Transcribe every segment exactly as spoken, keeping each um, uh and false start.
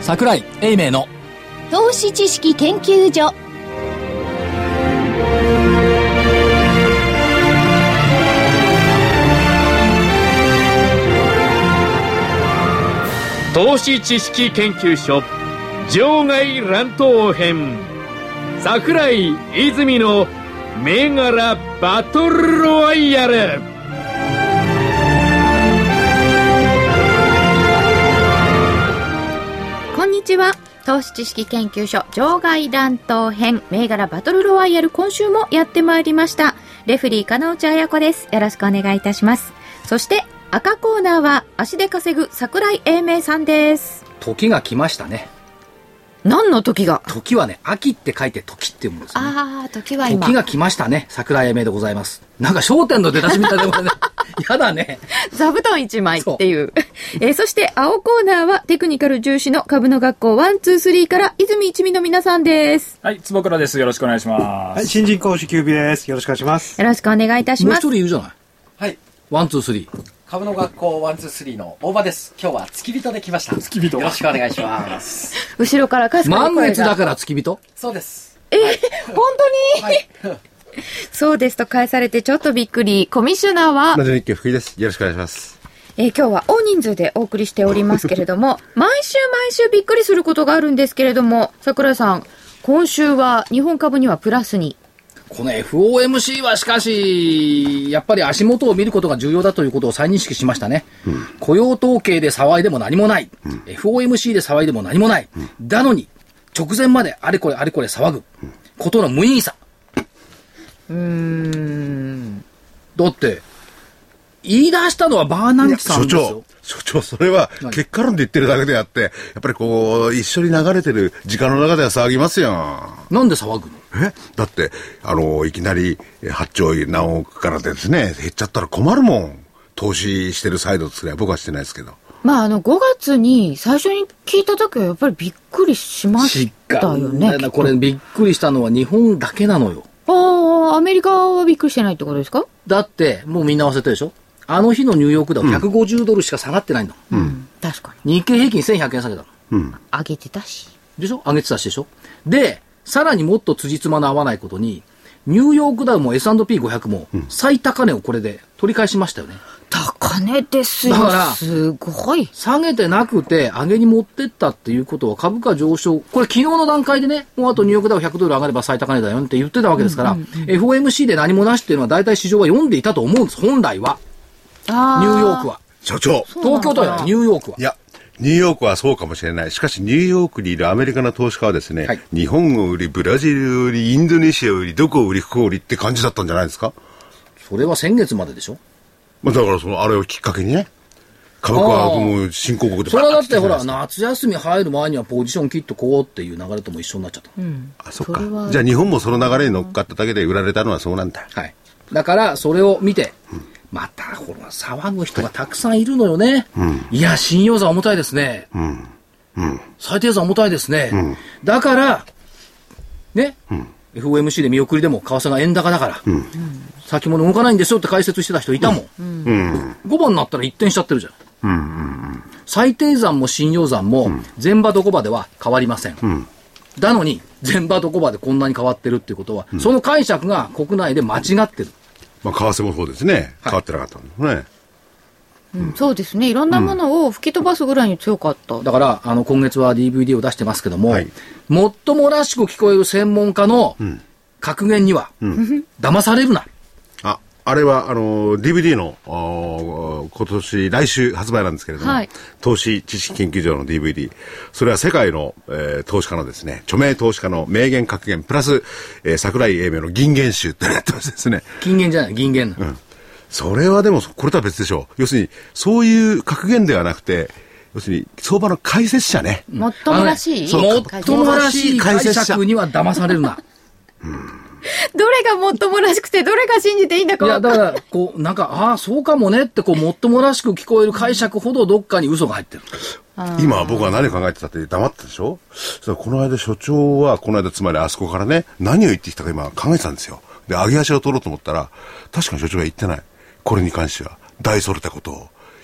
桜井英明の投資知識研究所。 投資知識研究所場外乱闘編、桜井泉の銘柄バトルロワイヤル。 こんにちは。投資知識研究所場外乱闘編銘柄バトルロワイヤル、今週もやってまいりました。レフリー金内彩子です。よろしくお願いいたします。そして赤コーナーは足で稼ぐ桜井英明さんです。 時が来ましたね。 何の時が？ 時はね、秋って書いて時っていうものですね。 ああ、時は今。 時が来ましたね。桜井英明でございます。なんか焦点の出だしみたいなことね。やだね。 座布団一枚っていう。えー、そして青コーナーはテクニカル重視の株の学校ワンツースリーから泉一味の皆さんです。 はい、坪倉です。よろしくお願いします。 はい、新人講師キュービです。よろしくお願いします。 よろしくお願いいたします。 もう一人いるじゃない。 はい。 ワンツースリー。 株の学校ワンツースリーの大場です。今日は付き人で来ました。 付き人。 よろしくお願いします。 後ろからかすかに声が。 満月だから付き人？ そうです。 えーはい、 本当に、はい、そうですと返されてちょっとびっくり。コミッショナーはラジオ日経福井です。よろしくお願いします。 えー、今日は大人数でお送りしておりますけれども毎週毎週びっくりすることがあるんですけれども、桜井さん、今週は日本株にはプラスに。 この エフオーエムシー はしかしやっぱり足元を見ることが重要だということを再認識しましたね、うん、雇用統計で騒いでも何もない、うん、エフオーエムシー で騒いでも何もない、うん、だのに直前まであれこれあれこれ騒ぐことの無意義さ。 うーんだって言い出したのはバーナンキさんですよ。 所長、所長、それは結果論で言ってるだけであって、やっぱりこう一緒に流れてる時間の中では騒ぎますよ。 なんで騒ぐの？ えだってあのいきなりはっちょう何億からですね減っちゃったら困るもん。投資してるサイドとすれば僕はしてないですけど、 まああのごがつに最初に聞いた時はやっぱりびっくりしましたよね。 これびっくりしたのは日本だけなのよ。 ああ、アメリカはびっくりしてないってことですか？ だってもうみんな忘れてるでしょ。あの日のニューヨークダウひゃくごじゅうドルしか下がってないんだ、 うんうん、確かに日経平均せんひゃくえん下げたの、 うん、上げてたしでしょ。上げてたしでしょ。でさらにもっと辻褄の合わないことにニューヨークダウも エスアンドピーごひゃく も最高値をこれで取り返しましたよね、うん、 高値ですよ。だからすごい下げてなくて上げに持ってったっていうことは株価上昇、これ昨日の段階でね、もうあとニューヨークダウひゃくドル上がれば最高値だよって言ってたわけですから、うんうんうん、エフオーエムシー で何もなしっていうのは大体市場は読んでいたと思うんです。本来はニューヨークは。 所長、 東京都やニューヨークは。 いや、ニューヨークはそうかもしれない。しかしニューヨークにいるアメリカの投資家はですね、はい、日本を売り、ブラジルを売り、インドネシアを売り、どこを売り、ここを売りって感じだったんじゃないですか。 それは先月まででしょ。 まあ、だからそのあれをきっかけにね、株価はもう新興国でそれはだってほら夏休み入る前にはポジション切っとこうっていう流れとも一緒になっちゃった、うん、 あ、そっか。じゃあ日本もその流れに乗っかっただけで売られたのはそうなんだ。 はい。だからそれを見て、うん、またほら騒ぐ人がたくさんいるのよね、うん、いや信用差重たいですね、うんうん、最低差重たいですね、うん、だからね、うん、エフオーエムシー で見送りでも為替が円高だから、うん、先物動かないんですよって解説してた人いたもん、うんうん、ごばんになったら一転しちゃってるじゃん、うんうんうん、最低残も信用残も前場どこ場では変わりません、うん、だのに前場どこ場でこんなに変わってるっていうことは、うん、その解釈が国内で間違ってる。 まあ、為替もそうですね、変わってなかったんですね、はい、 うん、そうですね。いろんなものを吹き飛ばすぐらいに強かった、うん、 だからあの今月は ディーブイディー を出してますけども、はい、もっともらしく聞こえる専門家の格言には、うん、騙されるな。 あ、あれはあの ディーブイディー の今年来週発売なんですけれども、はい、投資知識研究所の ディーブイディー、 それは世界の、えー、投資家のですね、著名投資家の名言格言プラス、えー、桜井英明の銀言集ってなってますですね。 金言じゃない、銀言、うん、 それはでもこれとは別でしょう。要するにそういう格言ではなくて、要するに相場の解説者ね、 もっともらしい、 ね、もっともらしい解釈には騙されるな、 うん、どれがもっともらしくてどれが信じていいんだか。 いやだからこうなんかああそうかもねってこうもっともらしく聞こえる解釈ほどどっかに嘘が入ってる。 今僕は何考えてたって黙ってたでしょ。そこの間所長はこの間つまりあそこからね何を言ってきたか今考えてたんですよ。で上げ足を取ろうと思ったら確かに所長が言ってない。これに関しては大それたことを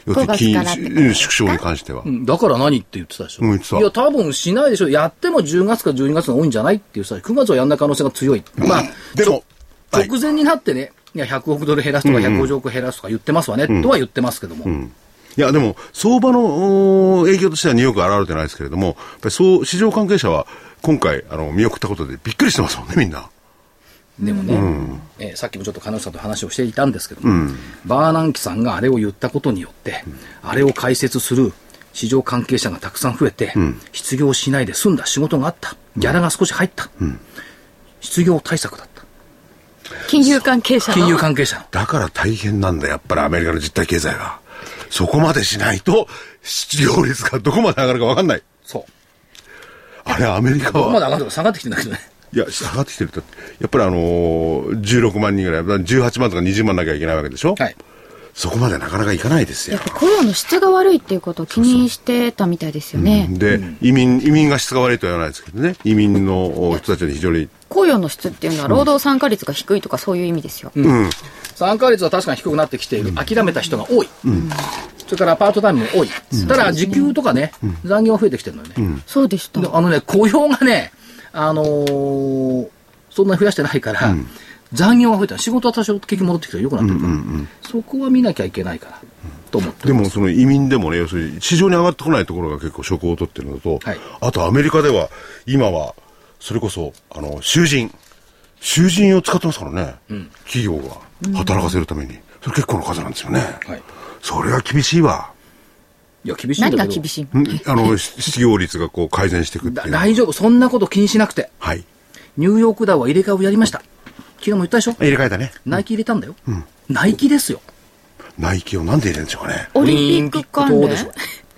予定金縮小に関しては、 うん、だから何って言ってたでしょ、 うん、言ってた。 いや多分しないでしょ、やってもじゅうがつかじゅうにがつが多いんじゃないっていうさ、くがつはやんない可能性が強い、まあでも直前になってね、いやひゃくおくドル減らすとかひゃくごじゅうおく減らすとか言ってますわね、うん、とは言ってますけども、うん、 いやでも相場の影響としてはにおく現れてないですけれども、やっぱりそう市場関係者は今回あの見送ったことでびっくりしてますもんね、みんな。 でもね、うん、えー、さっきもちょっと金内さんと話をしていたんですけども、うん、バーナンキさんがあれを言ったことによって、うん、あれを解説する市場関係者がたくさん増えて、うん、失業しないで済んだ仕事があった、ギャラが少し入った、うん、失業対策だった。 金融関係者金融関係者だから大変なんだ、やっぱりアメリカの実体経済は。そこまでしないと失業率がどこまで上がるか分かんない。 そう。 あれアメリカはどこまで上がるか下がってきてんだけどね。 いや下がってきてるとやっぱりあのー、じゅうろくまんにんぐらい、じゅうはちまんとかにじゅうまんなきゃいけないわけでしょ。はい。そこまでなかなかいかないですよ。 やっぱ雇用の質が悪いっていうことを気にしてたみたいですよね。 そうそう、うん、で、うん、移民移民が質が悪いとは言わないですけどね、移民の人たちに非常に雇用の質っていうのは労働参加率が低いとかそういう意味ですよ、 うんうん、参加率は確かに低くなってきている、うん、諦めた人が多い、うん、それからパートタイムも多い、うん、ただ時給とかね、うん、残業は増えてきてるのよね、うん、 そうでした。 あのね、雇用がね、あのー、そんなに増やしてないから、うん、残業は増えた、仕事は多少結局戻ってきたら良くなってるから、うんうんうん、そこは見なきゃいけないから、うん、と思ってます。 でもその移民でもね、要するに市場に上がってこないところが結構職を取ってるのと、はい、あとアメリカでは今はそれこそあの囚人囚人を使ってますからね、うん、企業が働かせるために、うん、それ結構の数なんですよね、はい、それは厳しいわ。 いや厳しいんだけど、 何が厳しいあの失業率がこう改善していくっていう。 大丈夫、そんなこと気にしなくて、はい、ニューヨークダウは入れ替えをやりました。昨日も言ったでしょ。 入れ替えたね。 ナイキ入れたんだよ、うん、ナイキですよ。 ナイキをなんで入れるんでしょうかね。 オリンピック関連でしょ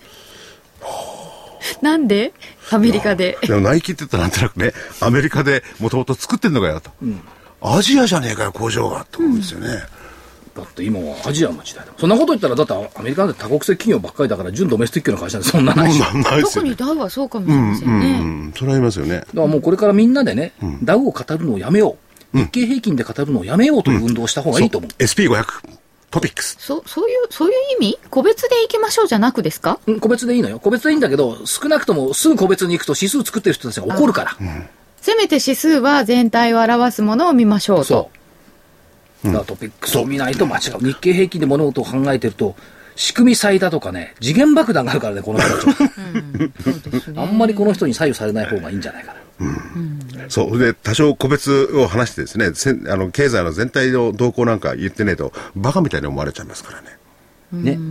なんでアメリカで。 でもナイキって言ったらなんとなくね、アメリカでもともと作ってんのかよと、うん、アジアじゃねえかよ工場がって思うんですよね、 うん、だって今はアジアの時代だ。そんなこと言ったらだってアメリカなんて多国籍企業ばっかりだから純ドメスティックの会社でそんなないし、 うん、ないですよね。特にダウはそうかもしれませんね、うんうん、 それはありますよね。だからもうこれからみんなでね、うん、ダウを語るのをやめよう、日経平均で語るのをやめようという運動をした方がいいと思う、うん、 エスピーごひゃくトピックス。 そ、そういう、そういう意味？個別でいきましょうじゃなくですか？ うん、個別でいいのよ。個別でいいんだけど、少なくともすぐ個別に行くと指数作ってる人たちが怒るから。うん、 せめて指数は全体を表すものを見ましょうと。 そう。だからトピックスを見ないと間違う。日経平均で物事を考えてると、仕組み最多とかね、次元爆弾があるからね、この人たちは。うん、そうですね。あんまりこの人に左右されない方がいいんじゃないかな。うんうん、そうで多少個別を話してですね、せあの経済の全体の動向なんか言ってねえとバカみたいに思われちゃいますからね。 ね、うん、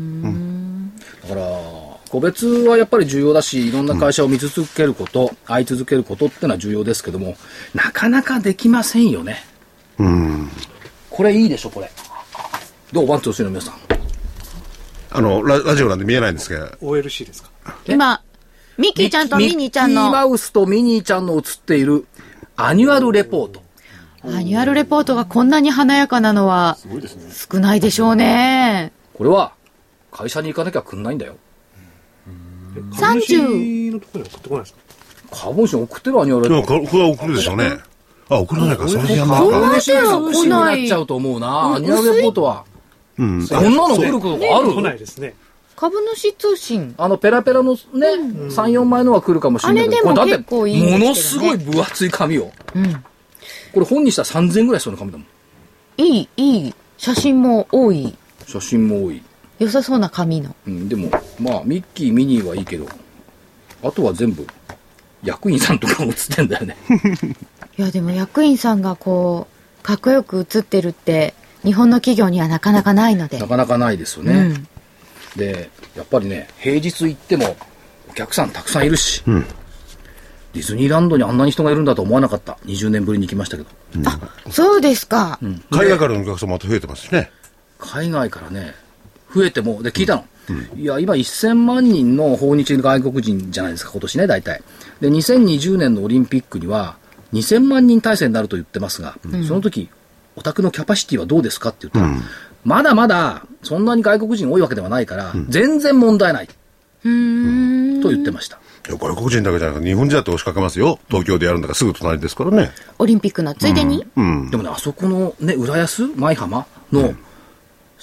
だから個別はやっぱり重要だし、いろんな会社を見続けること、うん、会い続けることってのは重要ですけども、なかなかできませんよね。うん、これいいでしょこれ。どうワンツースリーの皆さん。 あの ラ, ラジオなんで見えないんですけどオーエルシー ですか。 今ミッキーちゃんとミニーちゃんのミッキーマウスとミニーちゃんの写っているアニュアルレポート。 アニュアルレポートがこんなに華やかなのは少ないでしょうね。 これは会社に行かなきゃくんないんだよ。 株主のところに送ってこないですか。 株主に送ってるアニュアルレポート。 これは送るでしょうね。あ、送らないか。それでやんないか。 株主になっちゃうと思うな。アニュアルレポートは。うん、こんなの送ることある？ 来ないですね。 株主通信あのペラペラのね、うん、さん、よんまいのは来るかもしれないけど、 あれでも結構いいんですけどね。 ものすごい分厚い紙を、うん、これ本にしたらさんぜんえんぐらいするの紙だもん。 いいいい写真も多い。 写真も多い。 良さそうな紙の、 うん、でもまあミッキーミニーはいいけど、あとは全部役員さんとかも写ってんだよねいやでも役員さんがこうかっこよく写ってるって日本の企業にはなかなかないので。 なかなかないですよね、うん、でやっぱりね、平日行ってもお客さんたくさんいるし、うん、ディズニーランドにあんなに人がいるんだと思わなかった。にじゅうねんぶりに行きましたけど、 うん、あ、そうですか、うん、 海外からのお客さんまた増えてますしね。 海外からね増えてもで聞いたの、うん、いや今せんまんにんの訪日外国人じゃないですか今年ね大体で、にせんにじゅうねんのオリンピックにはにせんまんにん体制になると言ってますが、うん、その時お宅のキャパシティはどうですかって言ったら、うん、まだまだそんなに外国人多いわけではないから、うん、全然問題ない、うん、と言ってました。 いや外国人だけじゃなくて日本人だって押しかけますよ。東京でやるんだからすぐ隣ですからね、 オリンピックのついでに、 うんうん、でもねあそこのね浦安舞浜の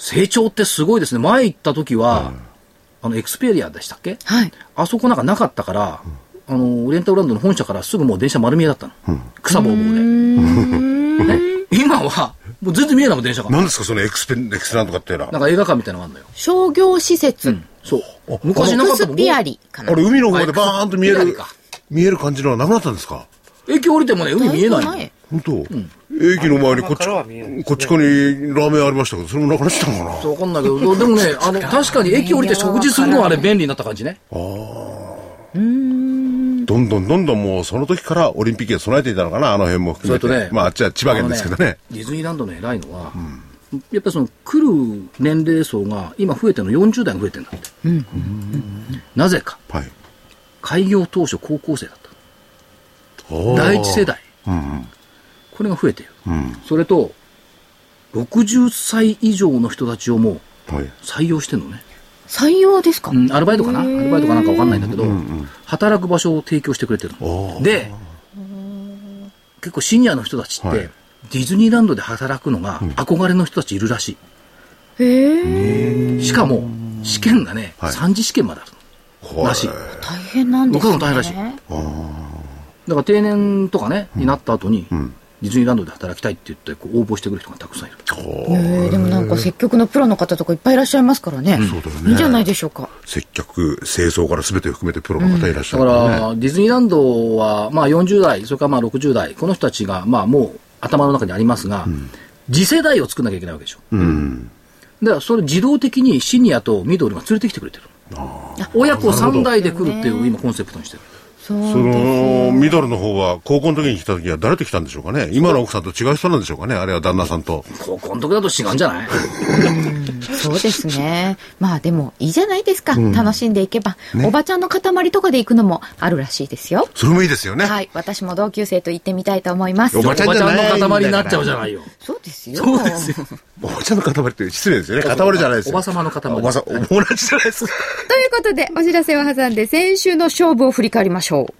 成長ってすごいですね。前行った時は、うん、あのエクスペリアでしたっけ、はい、あそこなんかなかったから、うん、あのオリエンタルランドの本社からすぐもう電車丸見えだったの、うん、草ぼうぼうでね、今はもう全然見えないもん電車が。 何ですかそのエクスペエクスランドかっていうのは。 なんか映画館みたいなのがあるのよ。 商業施設、うん、 そう昔なかったもん。エクスピアリかな。あれ海の方でバーンと見える見える感じのはなくなったんですか。 駅降りてもね海見えないの。 本当、うん、駅の前にこっちこっち側にラーメンありましたけどそれもなくなってたのかな。 分かんないけどでもねあの確かに駅降りて食事するのはあれ便利になった感じね。 ああうーんどんどんどんどんもうその時からオリンピックに備えていたのかなあの辺も含めて。それとねまああっちは千葉県ですけど ね, ねディズニーランドの偉いのは、うん、やっぱりその来る年齢層が今増えてるのよんじゅう代が増えてるんだって、うんうん、なぜか、はい、開業当初高校生だった第一世代、うんうんこれが増えている、うん、それとろくじゅっさい以上の人たちをもう採用してるのね、はい、 採用ですか、 うん、アルバイトかなアルバイトかなんか分かんないんだけど、うんうん、働く場所を提供してくれてるので結構シニアの人たちって、はい、ディズニーランドで働くのが憧れの人たちいるらしい、へえしかも試験がね、はい、さん次試験まであるのらしい。 大変なんですね。 僕らも大変らしい。だから定年とかね、うん、になった後に、うんディズニーランドで働きたいって言ってこう応募してくる人がたくさんいる。 えー、でもなんか接客のプロの方とかいっぱいいらっしゃいますからね、うん、そうだよねいいんじゃないでしょうか。 接客清掃から全て含めてプロの方いらっしゃる、ねうん、 だからディズニーランドはまあよんじゅう代それからまあろくじゅう代この人たちがまあもう頭の中にありますが、うん、次世代を作んなきゃいけないわけでしょ、うん、だからそれ自動的にシニアとミドルが連れてきてくれてる。あ親子さん代で来るっていう今コンセプトにしてる。 そのミドルの方は高校の時に来た時は誰と来たんでしょうかね。今の奥さんと違う人なんでしょうかね。あれは旦那さんと。 高校の時だと違うんじゃないうんそうですね。まあでもいいじゃないですか、うん、楽しんでいけば、ね、おばちゃんの塊とかで行くのもあるらしいですよ。 それもいいですよね。 はい私も同級生と行ってみたいと思います。 おばちゃんじゃないおばちゃんの塊になっちゃうじゃないよ。 そうですよ。 そうですよ。 おばちゃんの塊って失礼ですよね。塊じゃないですよ。 おばさまの塊。 おばさん同じじゃないですかということでお知らせを挟んで先週の勝負を振り返りましょう。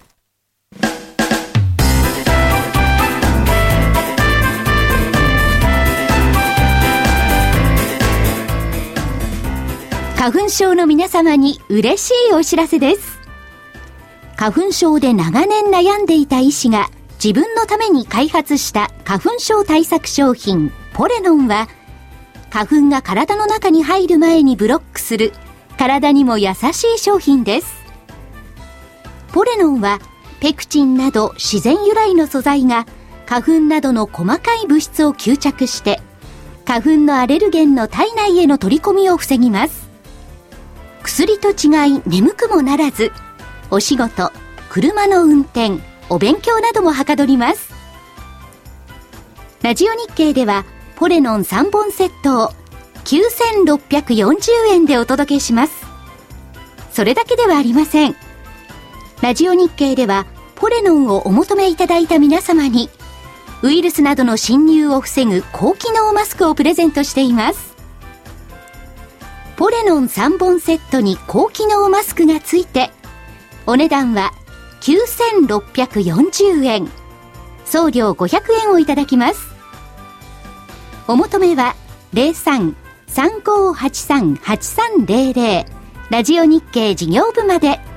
花粉症の皆様に嬉しいお知らせです。花粉症で長年悩んでいた医師が自分のために開発した花粉症対策商品ポレノンは花粉が体の中に入る前にブロックする体にも優しい商品です。ポレノンはペクチンなど自然由来の素材が花粉などの細かい物質を吸着して花粉のアレルゲンの体内への取り込みを防ぎます。薬と違い眠くもならずお仕事、車の運転、お勉強などもはかどります。ラジオ日経ではポレノンさんぼんセットをきゅうせんろっぴゃくよんじゅうえんでお届けします。それだけではありません。ラジオ日経ではポレノンをお求めいただいた皆様にウイルスなどの侵入を防ぐ高機能マスクをプレゼントしています。ポレノンさんぼんセットに高機能マスクがついてお値段はきゅうせんろっぴゃくよんじゅうえん、送料ごひゃくえんをいただきます。お求めは ゼロさん さんごはちさん はちさんゼロゼロ ラジオ日経事業部まで。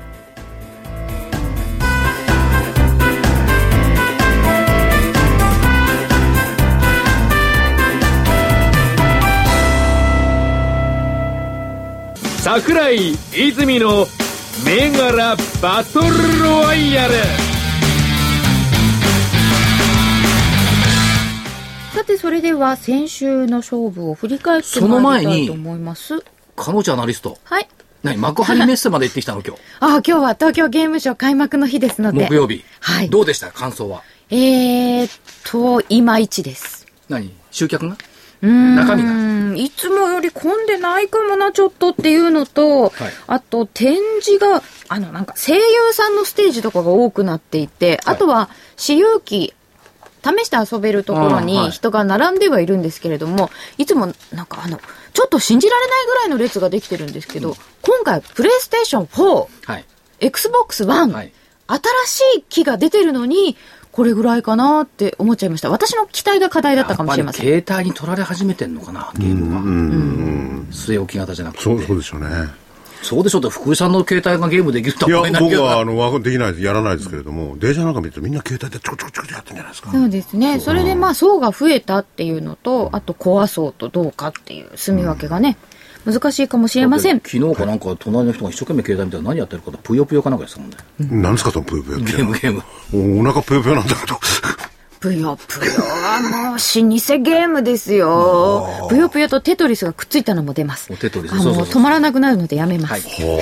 桜井泉の銘柄バトルロワイヤル。 さてそれでは先週の勝負を振り返ってまいりたいと思います。 その前に彼女アナリスト、 はい何幕張メッセまで行ってきたの今日ああ今日は東京ゲームショウ開幕の日ですので木曜日、 はい、 どうでした感想は。 えーっといまいちです。 何集客がうーん中身がいつもより混んでないかもなちょっとっていうのと、はい、あと展示があのなんか声優さんのステージとかが多くなっていて、はい、あとは私有機試して遊べるところに人が並んではいるんですけれども、はい、いつもなんかあのちょっと信じられないぐらいの列ができてるんですけど、うん、今回プレイステーションフォー、はい、エックスボックスワン、はい、新しい機が出てるのにこれぐらいかなって思っちゃいました。私の期待が課題だったかもしれません。 携帯に取られ始めてんのかな、ゲームは。うん、据え置き型じゃなくて。 そう、そうでしょうね。 そうでしょうって、福井さんの携帯がゲームできるとは思えないけど。いや、 僕はあのできないです、やらないですけれども、電車なんか見るとみんな携帯でちょこちょこちょこやってるんじゃないですか。 そうですね。それでまあ層が増えたっていうのと、あとコア層とどうかっていう住み分けがね、うん、難しいかもしれません。 昨日かなんか隣の人が一生懸命携帯見たら何やってるかとぷよぷよかなんかやってたもんね。 うん、何ですかそのぷよぷよって。 ゲームゲーム。お腹ぷよぷよなんだけど。 ぷよぷよはもう老舗ゲームですよ。ぷよぷよとテトリスがくっついたのも出ます。 テトリス。 あ、もう止まらなくなるのでやめます。はい、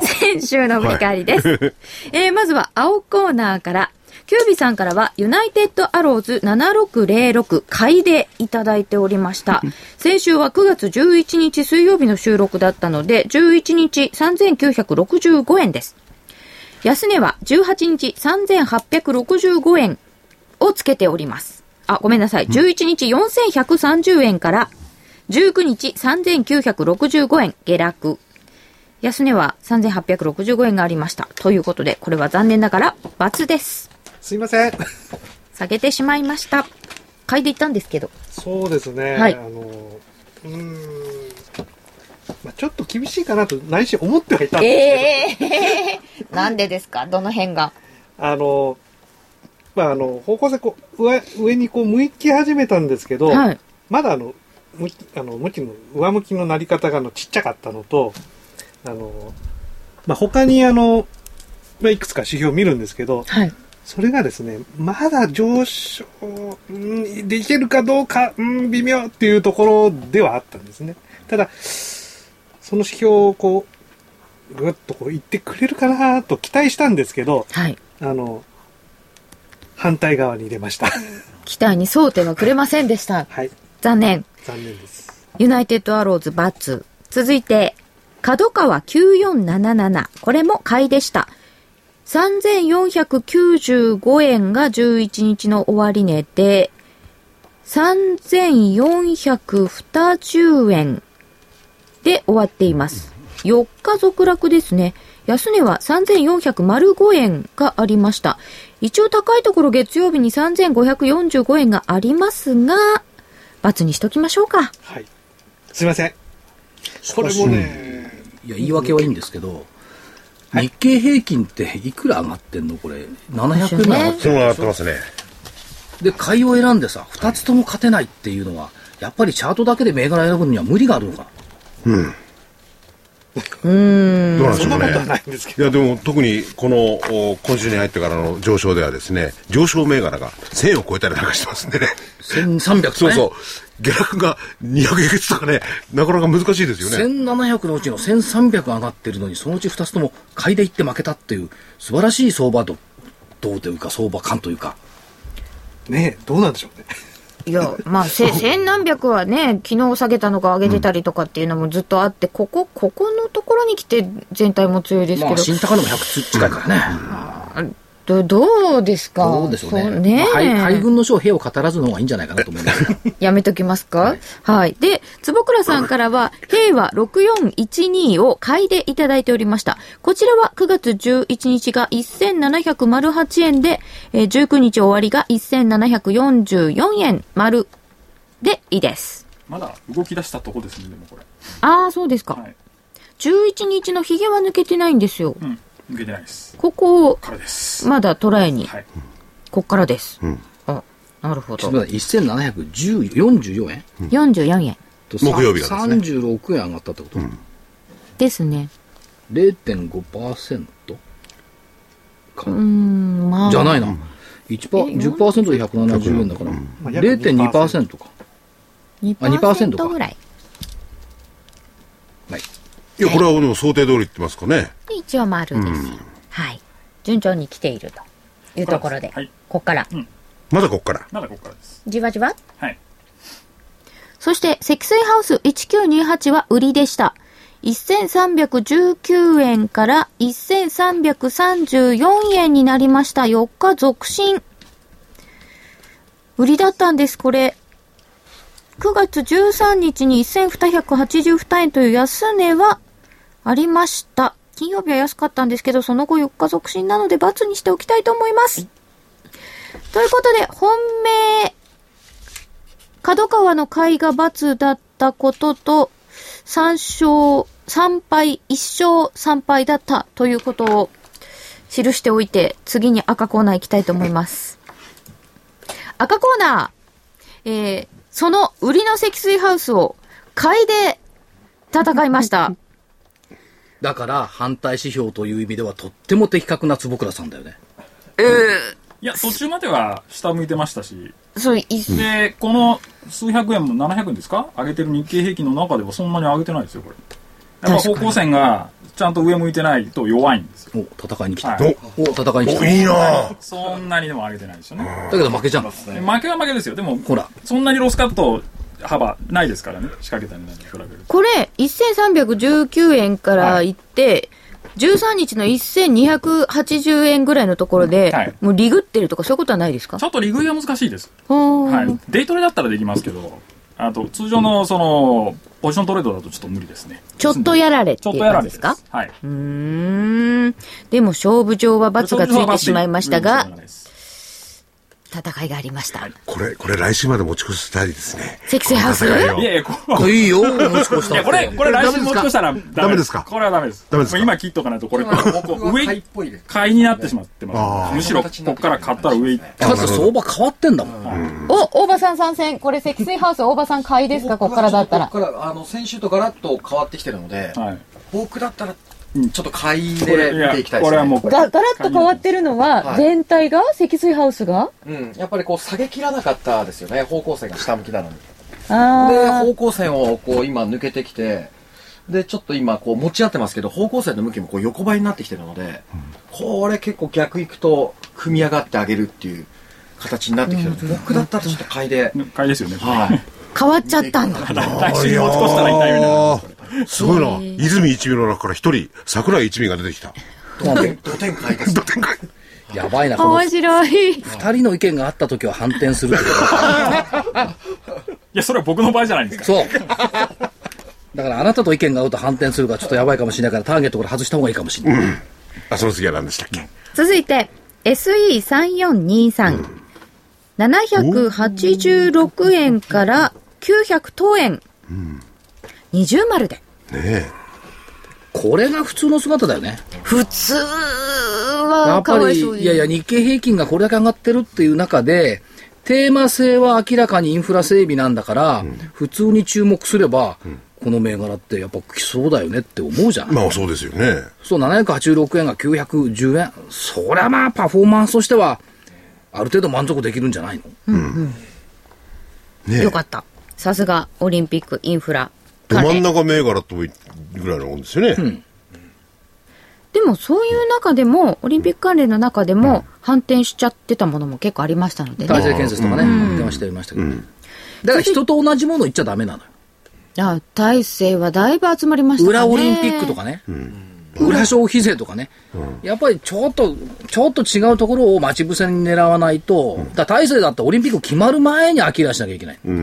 先週の振り返りです。はい、えー、まずは青コーナーから、キュービさんからはユナイテッドアローズななろくぜろろく買いでいただいておりました。先週はくがつじゅういちにち水曜日の収録だったので、じゅういちにちさんぜんきゅうひゃくろくじゅうごえんです。安値はじゅうはちにちさんぜんはっぴゃくろくじゅうごえんをつけております。あ、ごめんなさい。じゅういちにちよんせんひゃくさんじゅうえんからじゅうくにちさんぜんきゅうひゃくろくじゅうごえん下落。安値はさんぜんはっぴゃくろくじゅうごえんがありました。ということで、これは残念ながら×です。 すいません。 下げてしまいました。買いでいったんですけど。 そうですね。 はい。 あの、うーん。まあ、ちょっと厳しいかなと内心思ってはいたんですけど。 えー、なんでですか、どの辺が。 あの、まあ、あの、方向性こう、上、上にこう向き始めたんですけど、はい、まだあの、向き、あの、向きの、上向きのなり方があのちっちゃかったのと、あの、まあ、他にあの、まあ、いくつか指標を見るんですけど、はい、それがですね、まだ上昇、うん、できるかどうか、うん、微妙っていうところではあったんですね。ただ、その指標をこう、ぐっとこう言ってくれるかなと期待したんですけど、はい、あの、反対側に入れました。 期待に沿うてはくれませんでした。はい。残念。 残念です。 ユナイテッドアローズ×。続いて、角川きゅうよんなななな。これも買いでした。さんぜんよんひゃくきゅうじゅうごえんがじゅういちにちの終値で、さんぜんよんひゃくにじゅうえんで終わっています。よっか続落ですね。安値はさんぜんよんひゃくごえんがありました。一応高いところ月曜日にさんぜんごひゃくよんじゅうごえんがありますが、×にしときましょうか。 はい。すいません。これもね、 いや、言い訳はいいんですけど、はい、日経平均っていくら上がってんのこれ。ななひゃくえん上がってる。 上がってますね。 で、買いを選んでさ、ふたつとも勝てないっていうのは、やっぱりチャートだけで銘柄選ぶには無理があるのか。うん。 うーん。 どうなんでしょうね。 そんなことはないんですけど。 いや、でも特にこの今週に入ってからの上昇ではですね、上昇銘柄がせんを超えたりなんかしてますんでね。 せんさんびゃくとかね。 そうそう。下落がにひゃくえげつとかね、なかなか難しいですよね。 せんななひゃくのうちのせんさんびゃく上がってるのに、そのうちふたつとも買いでいって負けたっていう、素晴らしい相場度、どうというか、相場感というか。 ねえ、どうなんでしょうね。 いや、まあ、せ、千何百はね、昨日下げたのが上げてたりとかっていうのもずっとあって、ここ、ここのところに来て全体も強いですけど。まあ、 新高値もひゃく近いからね。 ど, どうですか。 どうでしょうね。ねえ、まあ、敗軍の将兵を語らずの方がいいんじゃないかなと思います。 やめときますか。はい。はい、で、坪倉さんからは、平和ろくよんいちにを買いでいただいておりました。こちらはくがつじゅういちにちがせんななひゃくはちえんで、えー、じゅうくにち終わりがせんななひゃくよんじゅうよんえん丸でいいです。 まだ動き出したとこですね、でもこれ。 ああ、そうですか。はい、じゅういちにちのヒゲは抜けてないんですよ。 うん。抜けてないです。 ここからです。 まだトライに、はい、こっからです、うん、あ、なるほど。 せんななひゃくよんじゅうよんえん、 うん、よんじゅうよんえん木曜日がですねさんじゅうろくえん上がったってこと、うん、 ですね。 れいてんごパーセント か、 うーん、まあ、 じゃないな、いちパーセント じゅっパーセントでひゃくななじゅうえんだから、うん、れいてんにパーセント かにパーセント ぐらい。 はい。 いや、これはでも想定通り言ってますかね。 一応丸です、うん、はい。順調に来ているというところで、はい、こっから、うん、 まだこっからまだこっからです。 じわじわ。 はい。 そして積水ハウスいちきゅうにはちは売りでした。せんさんびゃくじゅうきゅうえんからせんさんびゃくさんじゅうよんえんになりました。よっか続伸。売りだったんです、これ。くがつじゅうさんにちにせんにひゃくはちじゅうにえんという安値はありました。金曜日は安かったんですけど、その後よっか続伸なので×にしておきたいと思います。 ということで、本命、角川の買いが×だったことと、さん勝さん敗、いち勝さん敗だったということを記しておいて、次に赤コーナー行きたいと思います。赤コーナー、えー、その売りの積水ハウスを買いで戦いました。 だから反対指標という意味ではとっても的確な坪倉さんだよね。 えー、 いや途中までは下向いてましたし、 そういでこの数百円もななひゃくえんですか上げてる日経平均の中ではそんなに上げてないですよこれ。やっぱ方向線がちゃんと上向いてないと弱いんですよ。 お戦いに来た、 はい、 おお戦いに来た。 いいなそんなにでも上げてないですよね。 だけど負けじゃん。 負けは負けですよ。でもほらそんなにロスカット幅ないですからね、仕掛けたりなんて比べると。 これせんさんびゃくじゅうきゅうえんからいって、はい、じゅうさんにちのせんにひゃくはちじゅうえんぐらいのところで、はい、もうリグってるとかそういうことはないですか？ ちょっとリグは難しいです、はい、デイトレだったらできますけど、あと通常のそのポジショントレードだとちょっと無理ですね。 ちょっとやられっていう感じですか？ はい。 うーん。でも勝負上は×がついてしまいましたが、戦いがありました。 これ、これ来週まで持ち越したいですね。 積水ハウス。いやいや、これいいよ、持ち越したいや、これ、これ来週持ち越したらダメですか？ これはダメです。 ダメですか？ 今切っとかないと、これ、上、買いになってしまってます。むしろ、ここから買ったら上行って。 だって相場変わってんだもん。 お、大場さん参戦。これ積水ハウス、大場さん買いですか？ここからだったら。 ここから、あの、先週とガラッと変わってきてるので、僕だったら、ちょっと買いで見ていきたいですね。これはもうガラッと変わってるのは、全体が、積水ハウスが、 うん、やっぱりこう下げきらなかったですよね。方向線が下向きなのに。 あで、方向線をこう今抜けてきて、で、ちょっと今こう持ち合ってますけど、方向線の向きもこう横ばいになってきてるので、うん、これ結構逆行くと組み上がってあげるっていう形になってきてるので、うん、僕だったらちょっと買いで。 買いですよね。 はい。 変わっちゃったんだ。 来週に持ち越したら痛いみたいな。 すごいな。泉一味の中から一人、桜井一味が出てきた。 ドテン会です。 ドテン会。 やばいな。 面白い。 二人の意見があったときは反転するっていや、それは僕の場合じゃないんですか。 そう。だからあなたと意見が合うと反転するからちょっとやばいかもしれないからターゲットから外した方がいいかもしれない。うん、 あ、その次は何でしたっけ？ 続いて エスイーさんよんにさん、うん、ななひゃくはちじゅうろくえんからきゅうひゃくとうえん、うん、二重丸で、 ねえ、 これが普通の姿だよね。 普通はかわいそうに。 やっぱりいやいや日経平均がこれだけ上がってるっていう中でテーマ性は明らかにインフラ整備なんだから、うん、普通に注目すれば、うん、この銘柄ってやっぱ来そうだよねって思うじゃん。 まあそうですよね。 そうななひゃくはちじゅうろくえんがきゅうひゃくじゅうえん、そりゃまあパフォーマンスとしてはある程度満足できるんじゃないの？ うんうんね、よかった。さすがオリンピックインフラど真ん中銘柄とぐらいのもんですよね、うん、 でもそういう中でもオリンピック関連の中でも反転しちゃってたものも結構ありましたのでね。 大成建設とかね、うん、電話しておりましたけど、うん、だから人と同じもの言っちゃダメなのよ。 あ、大成はだいぶ集まりましたね。 裏オリンピックとかね、うん、裏消費税とかね、うん、やっぱりちょっとちょっと違うところを待ち伏せに狙わないと、うん、だ大成だってオリンピック決まる前にアキラしなきゃいけない、うん、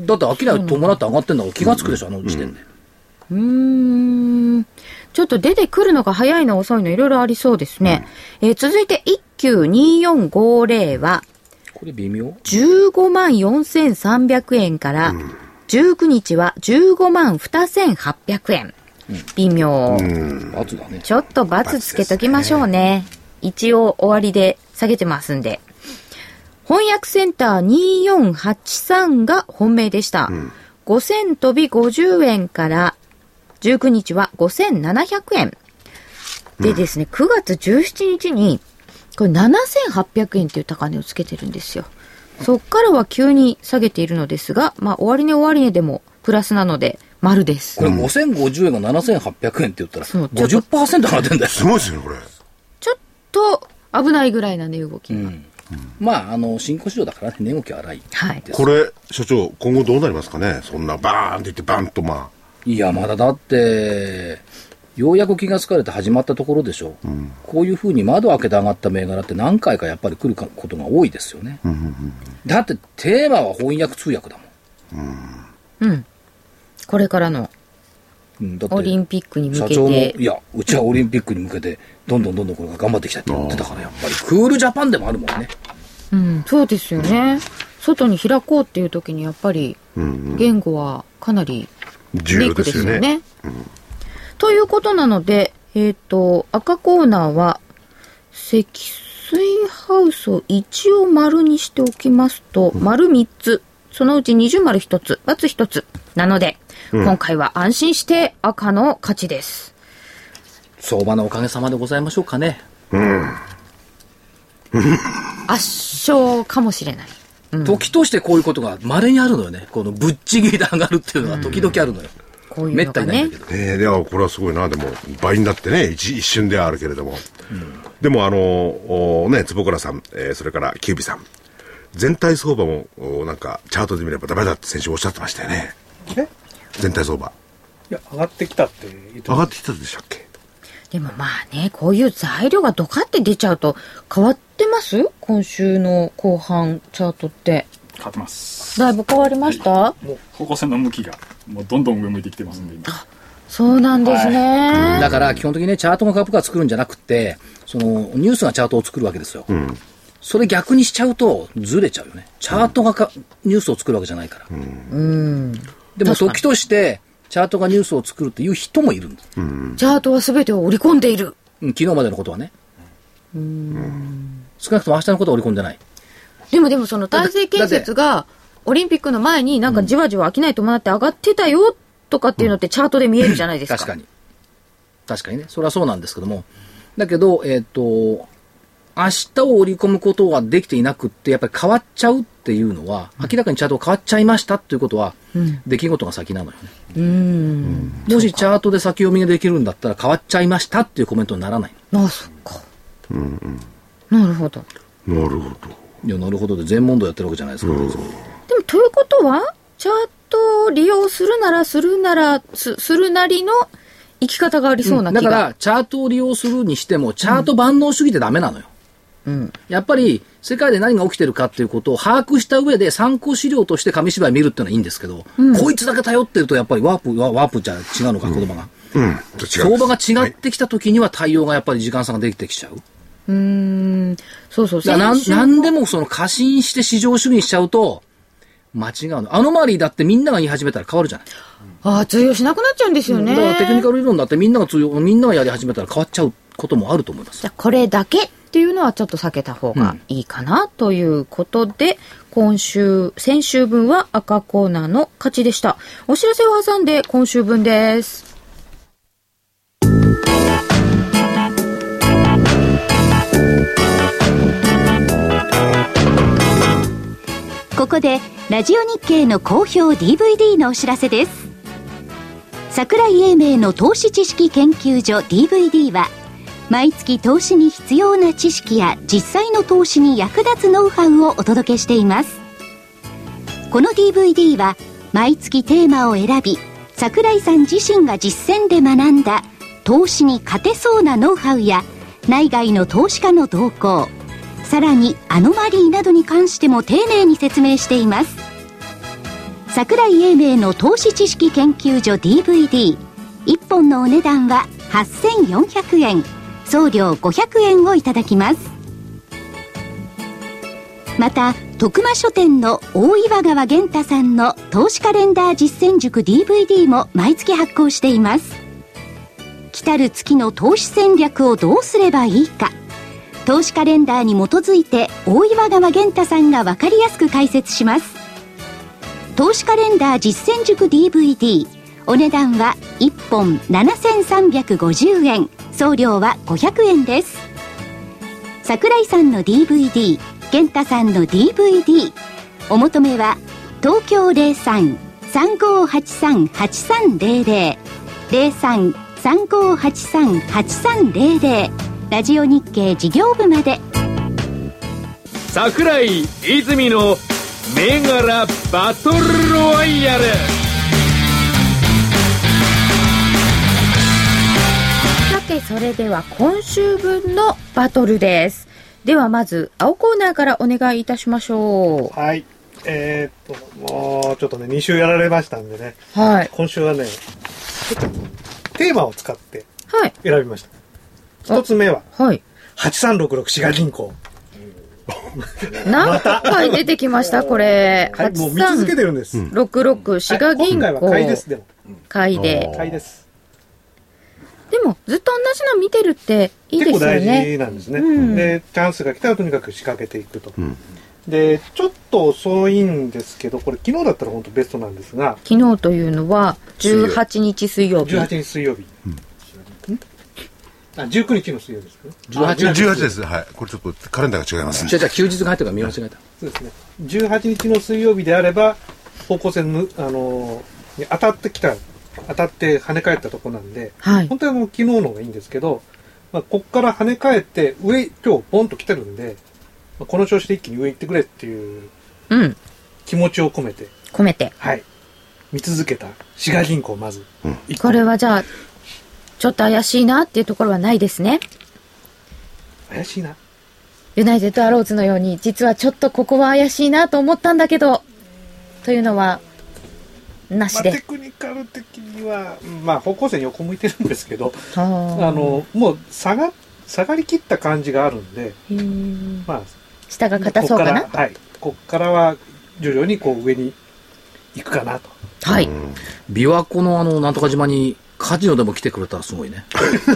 だってアキラ伴って上がってんだから気がつくでしょ、うん、あの時点で。 うーん、ちょっと出てくるのが早いの遅いのいろいろありそうですね、うん、えー、続いていっきゅうによんごゼロはこれ微妙じゅうごまんよんせんさんびゃくえんから、うん、じゅうくにちはじゅうごまんにせんはっぴゃくえん、うん、微妙、うん、 罰だね。 ちょっと罰つけときましょうね。一応終わりで下げてますんで。翻訳センターによんはちさんが本命でした、うん、ごせん飛びごじゅうえんからじゅうくにちはごせんななひゃくえんでですね、うん、くがつじゅうしちにちにこれななせんはっぴゃくえんという高値をつけてるんですよ。そっからは急に下げているのですが、まあ終値終値でもプラスなので丸です。 これごせんごじゅうえんがななせんはっぴゃくえんって言ったら ごじゅっパーセント 上がってんだよ。 すごいですよねこれ。 ちょっと危ないぐらいな値動き、うんうん、 まああの新興市場だからね、値動きは荒い、 はい、 これ所長今後どうなりますかね。そんなバーンっていってバンとまあいやまだだってようやく気がつかれて始まったところでしょう、うん、こういうふうに窓開けて上がった銘柄って何回かやっぱり来ることが多いですよね、うんうんうん、だってテーマは翻訳通訳だもん、 うん、うん、これからのオリンピックに向けて、 社長もいやうちはオリンピックに向けてどんどんどんどんこれが頑張っていきたいって言ってたから、やっぱりクールジャパンでもあるもんね。 うん、そうですよね。外に開こうっていう時にやっぱり言語はかなり重要ですよね。ねうん、ということなので、えっと、赤コーナーは積水ハウスを一応丸にしておきますと、うん、丸みっつ、そのうち二重丸ひとつ、×ひとつなので、うん、今回は安心して赤の勝ちです。 相場のおかげさまでございましょうかね。うん。 圧勝かもしれない。 うん、時としてこういうことが稀にあるのよね。このぶっちぎりで上がるっていうのは時々あるのよ。うん、こういうのがね。めったにないんだけど。 えー、でもこれはすごいな。でも倍になってね、一, 一瞬ではあるけれども。うん、でもあのね、坪倉さん、えー、それからキュービさん、全体相場もなんかチャートで見ればダメだって先週おっしゃってましたよね。え？全体相場。 いや上がってきたって言ってました。 上がってきたでしたっけ？ でもまあね、こういう材料がドカって出ちゃうと変わってます？今週の後半チャートって変わってます。 だいぶ変わりました、はい、もう方向線の向きがもうどんどん上向いてきてますんで、今。 あ、そうなんですね、 はい、だから基本的にね、チャートが株価作るんじゃなくて、そのニュースがチャートを作るわけですよ、うん、それ逆にしちゃうとずれちゃうよね。チャートがか、うん、ニュースを作るわけじゃないから、うん、でも時としてチャートがニュースを作るっていう人もいるんです、 うん、チャートは全てを織り込んでいる、 うん、昨日までのことはね、うーん、少なくとも明日のことは織り込んでない。 でもでもその大成建設がオリンピックの前になんかじわじわ商い伴って上がってたよとかっていうのってチャートで見えるじゃないですか、うん、 確かに確かにね、それはそうなんですけども、だけどえっと明日を織り込むことができていなくってやっぱり変わっちゃうっていうのは、明らかにチャートが変わっちゃいましたっていうことは、うん、出来事が先なのよね。うーん、うん、もしチャートで先読みができるんだったら変わっちゃいましたっていうコメントにならない。 ああ、そっか、うんうん、なるほどなるほど。 いや、なるほどで全問答やってるわけじゃないですか、うん、でもということはチャートを利用するならするなら す, するなりの生き方がありそうな気が、うん、 だからチャートを利用するにしてもチャート万能主義ってダメなのよ、うん、やっぱり世界で何が起きてるかっていうことを把握した上で参考資料として紙芝居見るっていうのはいいんですけど、うん、こいつだけ頼ってるとやっぱりワープワープじゃ違うのか、言葉が、うんうん、相場が違ってきた時には対応がやっぱり時間差ができてきちゃう。 うーん、そうそう、 だから何でもその過信して市場主義にしちゃうと間違うの。アノマリーだってみんなが言い始めたら変わるじゃない。 ああ、通用しなくなっちゃうんですよね。 だからテクニカル理論だってみんなが通用、みんながやり始めたら変わっちゃうこともあると思います。 じゃこれだけっていうのはちょっと避けた方がいいかな、うん、ということで、今週先週分は赤コーナーの勝ちでした。お知らせを挟んで今週分です。 ここでラジオ日経の好評 ディーブイディー のお知らせです。桜井英明の投資知識研究所 ディーブイディー は毎月投資に必要な知識や実際の投資に役立つノウハウをお届けしています。この ディーブイディー は毎月テーマを選び、桜井さん自身が実践で学んだ投資に勝てそうなノウハウや内外の投資家の動向、さらにアノマリーなどに関しても丁寧に説明しています。桜井英明の投資知識研究所 ディーブイディー、 いっぽんのお値段ははっせんよんひゃくえん、送料ごひゃくえんをいただきます。また徳間書店の大岩川源太さんの投資カレンダー実践塾 ディーブイディー も毎月発行しています。来たる月の投資戦略をどうすればいいか、投資カレンダーに基づいて大岩川源太さんが分かりやすく解説します。投資カレンダー実践塾 ディーブイディー、 お値段はいっぽんななせんさんびゃくごじゅうえん、送料はごひゃくえんです。桜井さんの ディーブイディー、 源太さんの ディーブイディー、 お求めは東京 ゼロさん さんごーはちさん はちさんゼロゼロ ゼロさん さんごーはちさん はちさんゼロゼロ、ラジオ日経事業部まで。 桜井泉の銘柄バトルロワイヤル。 さて、それでは今週分のバトルです。ではまず青コーナーからお願いいたしましょう。 はい、えー、っともうちょっとねに週やられましたんでね、 はい、 今週はねちょっとテーマを使って選びました。一、はい、つ目は、はい、はちさんろくろく滋賀銀行。 何回出てきましたこれ。 はい、もう見続けてるんです。 ろくろく、滋賀銀行。 今回は買いです、でも。 買いで。 買いです。 でも、ずっと同じの見てるっていいですよね。 結構大事なんですね。うん、で、チャンスが来たらとにかく仕掛けていくと。うん、で、ちょっと遅いんですけど、これ昨日だったら本当ベストなんですが。 昨日というのは、じゅうはちにち水曜日。 じゅうはちにち水曜日。うんあ、じゅうくにちの水曜日ですかね。 じゅうはちにち。じゅうはちです。はい。これちょっとカレンダーが違いますね。 じゃあ休日が入ってるから見間違えた。 そうですね。じゅうはちにちの水曜日であれば、方向線の、あのー、当たってきた、当たって跳ね返ったとこなんで、はい、本当はもう昨日の方がいいんですけど、まあ、こっから跳ね返って上、今日ポンと来てるんで、まあ、この調子で一気に上行ってくれっていう気持ちを込めて、 うん、込めて。 はい。見続けた滋賀銀行まず。 うん、これはじゃあ、ちょっと怪しいなっていうところはないですね。 怪しいな。 ユナイテッドアローズのように、実はちょっとここは怪しいなと思ったんだけど、というのは、なしで。 まあ、テクニカル的には、まあ方向線横向いてるんですけど、あの、もう下が、下がりきった感じがあるんで、 まあ、下が硬そうかな。 はい。こっからは徐々にこう上に行くかなと。 はい。 琵琶湖のあの、なんとか島に、カジノでも来てくれたらすごいね。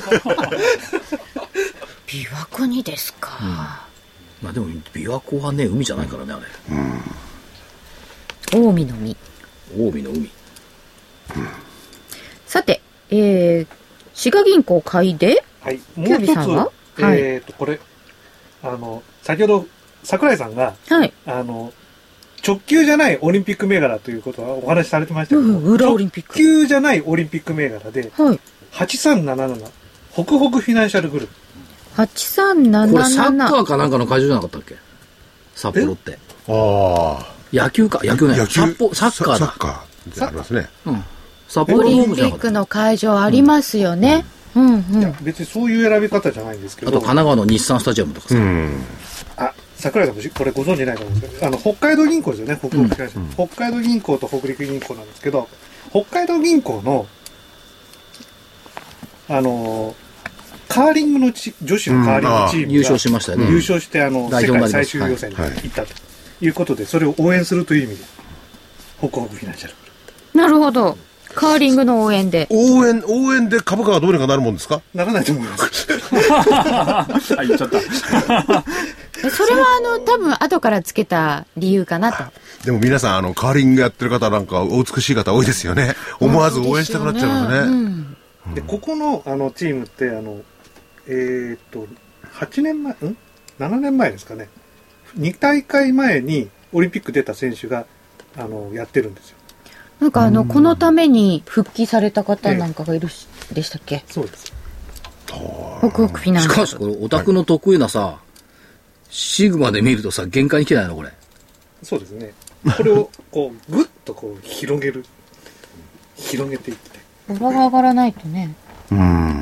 琵琶湖にですか。うん、 まあでも琵琶湖はね海じゃないからねあれ。 うん、近江の海。 近江の海。うん、 さて、えー、滋賀銀行買いで。 はい。もう一つは、えっ、ー、とこれあの先ほど櫻井さんが、はい、あの。直球じゃないオリンピック銘柄ということはお話しされてましたけど、うん、 裏オリンピック。 直球じゃないオリンピック銘柄で、はい、はちさんななな、ホクホクフィナンシャルグループ。 はちさんななな。これサッカーかなんかの会場じゃなかったっけ札幌って。ああ。野球か、野球ね。野球札幌、サッカーだ。 サッカーってありますね。 うん。札幌オリンピックの会場ありますよね。うん、うん、うん。いや、 別にそういう選び方じゃないんですけど。 あと神奈川の日産スタジアムとかさ。うん。 あ、桜井さんもこれご存知ないと思うんですけど、あの、北海道銀行ですよね、北陸、うん、北海道銀行と北陸銀行なんですけど、北海道銀行の、あのー、カーリングのち、女子のカーリングチームが、 優勝しましたよね。 優勝して、あの、世界最終予選に行ったということで、それを応援するという意味で、北北フィナンシャル。 なるほど。カーリングの応援で。 応援、応援で株価がどうにかなるもんですか？ ならないと思います。 あ、言っちゃった。 それはあの多分後からつけた理由かなと。 でも皆さんあのカーリングやってる方なんかお美しい方多いですよね。思わず応援したくなっちゃうんですね。うん、 でここのあのチームってあのえー、っとはちねんまえんななねんまえですかね。に大会前にオリンピック出た選手があのやってるんですよ。 なんかあのこのために復帰された方なんかがいるし、ええ、でしたっけ？ そうです。 ホクホクフィナンシャル。 しかしこれオタクの得意なさ、はい、シグマで見るとさ限界に来てないのこれ。 そうですね。これをこうグッとこう広げる広げていきたい。 幅が上がらないとね。 うん。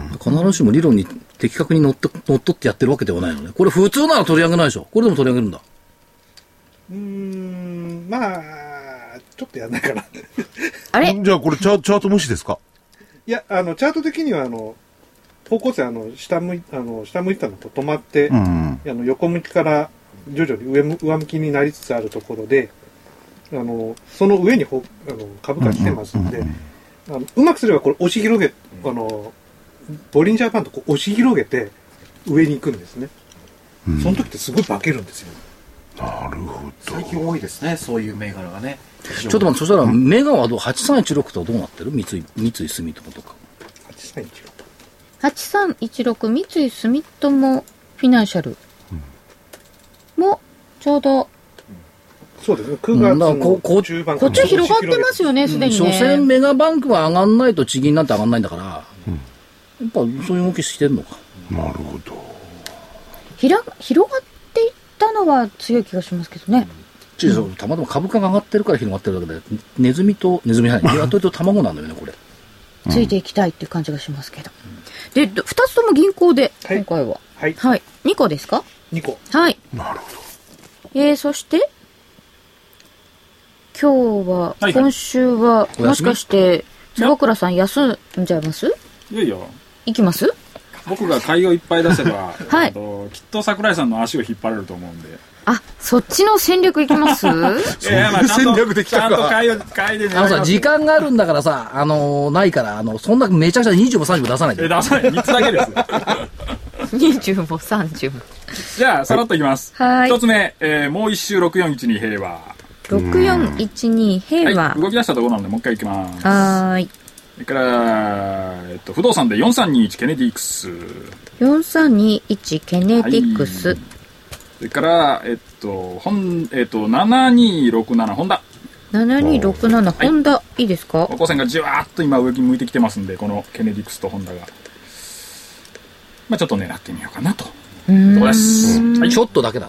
必ずしも理論に的確に乗って乗っ取ってやってるわけではないのね。これ普通なら取り上げないでしょ。これでも取り上げるんだ。 うーん、まあちょっとやんないかな。 あれ？じゃあこれチャ、チャート無視ですか？ いや、あのチャート的にはあの方向性あの下向いあの下向いたのと止まって、うん、あの横向きから徐々に上向上向きになりつつあるところで、あのその上にほあの株価来てますので、うんうんうんうん、あのうまくすればこれ押し広げあのボリンジャーバンドこう押し広げて上に行くんですね。うん、その時ってすごい化けるんですよ。 なるほど。 最近多いですね、そういう銘柄がね。 ちょっと待って、そしたらメガはどうはちさんいちろくとどうなってる？三井三井住友とか。 はちさんいちろく。 はちさんいちろく三井住友フィナンシャルもちょうど、うん、 そうですね。くがつの中盤、 こっち広がってますよね、すでにね。 所詮メガバンクは上がんないと地銀なんて上がんないんだから、うん、やっぱそういう動きしてるのか。 なるほど。 ひら広がっていったのは強い気がしますけどね。 うん、たまたま株価が上がってるから広がってるだけで、ネズミとネズミじゃない、鶏と卵なんだよねこれ。 ついていきたいっていう感じがしますけど。うん、でふたつとも銀行で、はい、今回は、 はいはい、にこですか？ にこ。 はい。 なるほど。えー、そして今日は、はい、今週はもしかして坪倉さん休んじゃいます？ いやいや。 行きます？ 僕が買いをいっぱい出せば、はい、あのきっと櫻井さんの足を引っ張れると思うんで。 あ、そっちの戦略いきますいや、まあ、戦略できたか。 ちゃんと買いを、買いで。 あのさ、時間があるんだからさ、あのー、ないから、あの、そんなめちゃくちゃにじゅうもさんじゅうも出さないで。 え、出さない。みっつだけです。 にじゅうもさんじゅうも。 じゃあ、さらっといきます。 はい。 一つ目、えー、もう一周ろくよんいちに平和。 ろくよんいちに平和。 はい、動き出したところなので、もう一回いきます。 はーい。 それから、えっと、不動産でよんさんにいちケネディックス。 よんさんにいちケネディックス。はい、 それから、えっと、ほん、えっと、ななにろくななホンダ。 ななにろくななホンダ、いいですか？ 方向線がじわーっと今上に向いてきてますんで、このケネディックスとホンダが。まあちょっと狙ってみようかなと。 うんところです。はい、 ちょっとだけなの？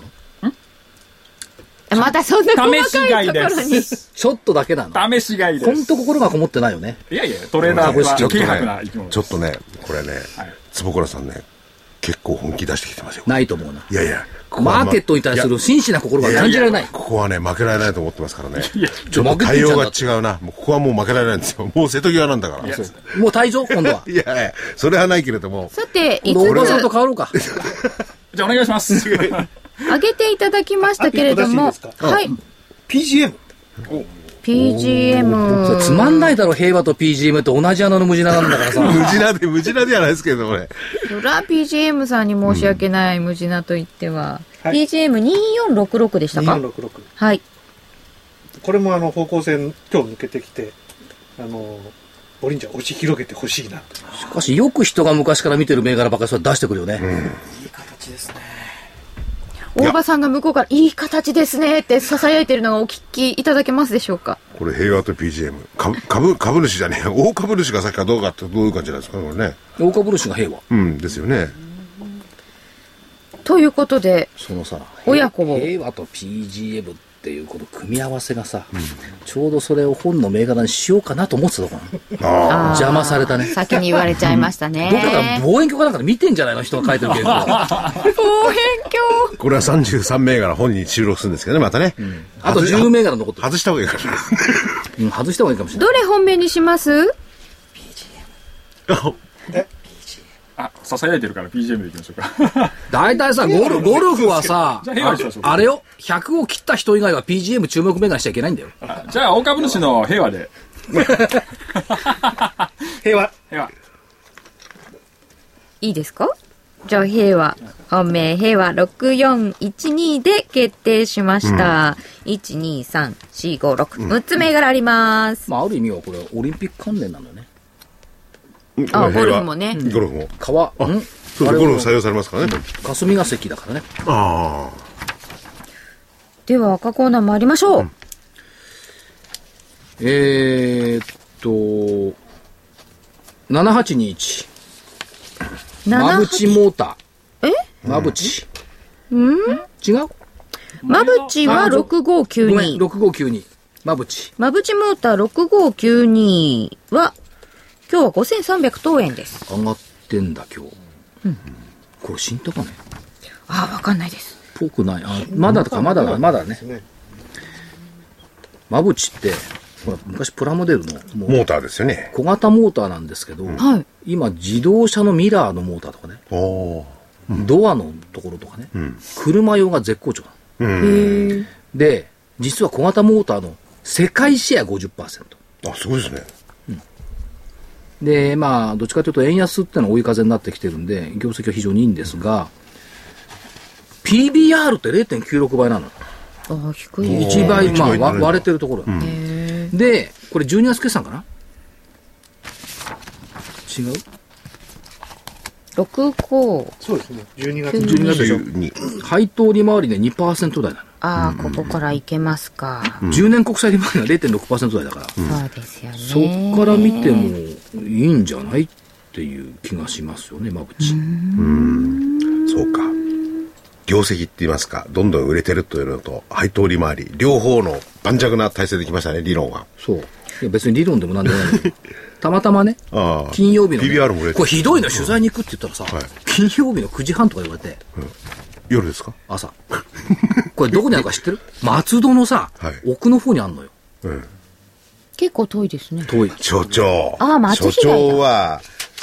またそんな細かいところにちょっとだけなの？ 試し買いです。 本当心がこもってないよね。 いやいや、トレーダーは軽薄な生き物です。 ちょっとね、これね、はい、坪倉さんね、結構本気出してきてますよ。 ないと思うな。 いやいや、 マーケットに対する真摯な心が感じられない。 いやいやここはね、負けられないと思ってますからね。いやちょっと対応が違うな。もうここはもう負けられないんですよ。もう瀬戸際なんだから。 もう退場今度は。 いやいや、それはないけれども。 さて、いつ俺はそれと変わろうか。 じゃあお願いします。 上げていただきましたけれども、はい。 ピージーエム。 ピージーエム。 つまんないだろ、平和と ピージーエム って同じ穴の無地ななんだからさ。 無地なで、無地なではないですけどね。 そら ピージーエム さんに申し訳ない、無地なと言っては。はい、ピージーエムにーよんろくろく でしたか？ にーよんろくろく。 はい。 これもあの方向線、今日抜けてきて、あの、ボリンジャー押し広げてほしいな。 しかし、よく人が昔から見てる銘柄ばっかりそれ出してくるよね。うん、いい形ですね。 大場さんが向こうからいい形ですねって囁いてるのがお聞きいただけますでしょうか？ これ平和と ピージーエム 株, 株, 株主じゃねえ大株主が先かどうかってどういう感じなんですかねこれね。 大株主が平和うんですよね。 ということでそのさ親子を平和と ピージーエム っていうこの組み合わせがさ、うん、ちょうどそれを本の銘柄にしようかなと思ってたところな邪魔されたね。 先に言われちゃいましたね。 どっかから望遠鏡かなんかで見てんじゃないの人が書いてるけど望遠鏡これはさんじゅうさん銘柄本に収録するんですけどねまたね、うん、 あとじゅう銘柄残ってる。 外した方がいいかもしれない、 うん、外した方がいいかもしれない。 どれ本命にします？ ピージーエムえあ、囁いてるから ピージーエム でいきましょうか。 大体さゴル、ゴルフはさ あ, あれよひゃくを切った人以外は ピージーエム 注目銘柄しちゃいけないんだよ。 じゃあ大株主の平和で平和平和いいですか？じゃあ平和本命平和ろくよんいちにで決定しました、うん、いちにさんよんごろく、むっつ銘柄あります、 まあ、ある意味はこれオリンピック関連なんだよね。 あ、ゴルフもね、 うん、ゴルフも川あ、んそうゴルフ採用されますからね。 霞が関だからね。 ああ。 では赤コーナー参りましょう、うん、 えーっとななはちにいちまぶちモーター。えまぶちうん違うまぶちはろくごきゅうに。 ごめんろくごきゅうにまぶちまぶちモーターろくごきゅうには今日はごせんさんびゃくとうえんです。 上がってんだ今日、うん、これ新高値？ ああ分かんないです。 ぽくない。あまだかまだだまだね。まぶちってほら昔プラモデルのモーターですよね。 小型モーターなんですけど、うん、今自動車のミラーのモーターとかね、うん、ドアのところとかね、うん、車用が絶好調なの、うん、で実は小型モーターの世界シェア ごじゅっパーセント。 あすごいですね、 うん、でまあどっちかというと円安ってのは追い風になってきてるんで業績は非常にいいんですが ピービーアール って れいてんきゅうろく 倍なの。 あ低い。 いちばい、まあ、割れてるところ、うん、でこれじゅうにがつ決算かな。違うろくごそうですねじゅうにがつじゅうにがつでしょ。配当利回りで にパーセント 台なの。 ああここからいけますか、 うん、じゅうねん国債利回りが れいてんろくパーセント 台だから、 うん、そうですよね。 そっから見てもいいんじゃないっていう気がしますよねまぶち。うーんそうか業績って言いますかどんどん売れてるというのと配当利回り両方の盤石な体制できましたね理論は。 そういや別に理論でもなんでもないけどたまたまね金曜日の、ね、 ピービーアール も売れてる。 これひどいの取材に行くって言ったらさ、はい、金曜日のくじはんとか言われて、 うん、夜ですか朝これどこにあるか知ってる松戸のさ、はい、奥の方にあんのよ、うん、 結構遠いですね。 遠い。 所長あ松所長は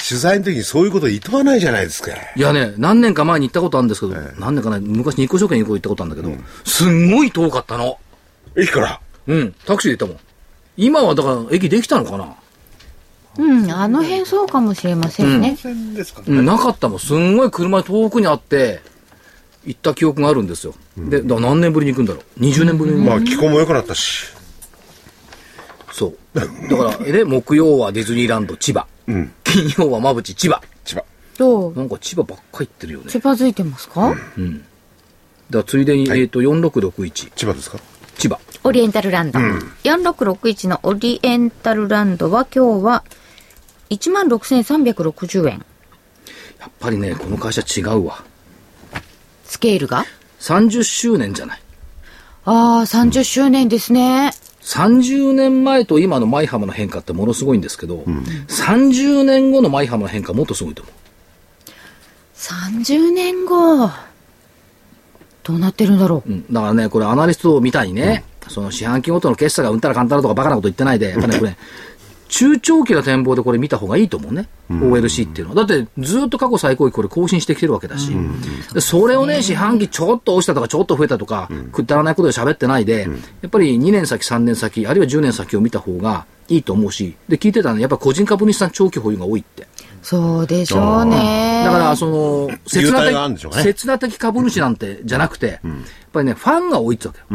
取材の時にそういうこと厭わないじゃないですか。 いやね、何年か前に行ったことあるんですけど、えー、何年かね、昔日光証券に行ったことあるんだけど、うん、すんごい遠かったの。 駅から？ うん、タクシーで行ったもん。今はだから駅できたのかな。 うん、あの辺そうかもしれませんね。 うん、うん、なかったもん。すんごい車遠くにあって、行った記憶があるんですよ。うん、で、だ何年ぶりに行くんだろう。にじゅうねんぶりに。 まあ、気候も良くなったし。 そう。だから、ね、木曜はディズニーランド千葉。うん、金曜は馬淵千葉。 千葉。 どう？ なんか千葉ばっかり行ってるよね。 千葉づいてますか？うん。 うん、だからついでに、はい、えっ、ー、と、よんろくろくいち。 千葉ですか？ 千葉。 オリエンタルランド。うん、よんろくろくいちのオリエンタルランドは今日はいちまんろくせんさんびゃくろくじゅうえん。 やっぱりね、この会社違うわ。 スケールがさんじゅっしゅうねんじゃない。 ああ、さんじゅっしゅうねんですね。 さんじゅうねんまえと今のマイハムの変化ってものすごいんですけど、うん、さんじゅうねんごのマイハムの変化もっとすごいと思う。 さんじゅうねんごどうなってるんだろう、 うん、だからね、これアナリストみたいにね、うん、その四半期ごとの決算がうんたらかんたらとかバカなこと言ってないで、やっぱね、これ中長期の展望でこれ見た方がいいと思うね、うん、オーエルシー っていうのは。だってずっと過去最高益これ更新してきてるわけだし、うん、でそれをね、四半期ちょっと落ちたとかちょっと増えたとか、うん、くだらないことで喋ってないで、うん、やっぱりにねん先さんねん先あるいはじゅうねん先を見た方がいいと思うし、で聞いてたのはやっぱ個人株主さん長期保有が多いって。 そうでしょうね。 だからその切な的、 ね、 切な的株主なんてじゃなくて、うん、やっぱりねファンが多いってわけよ、うん、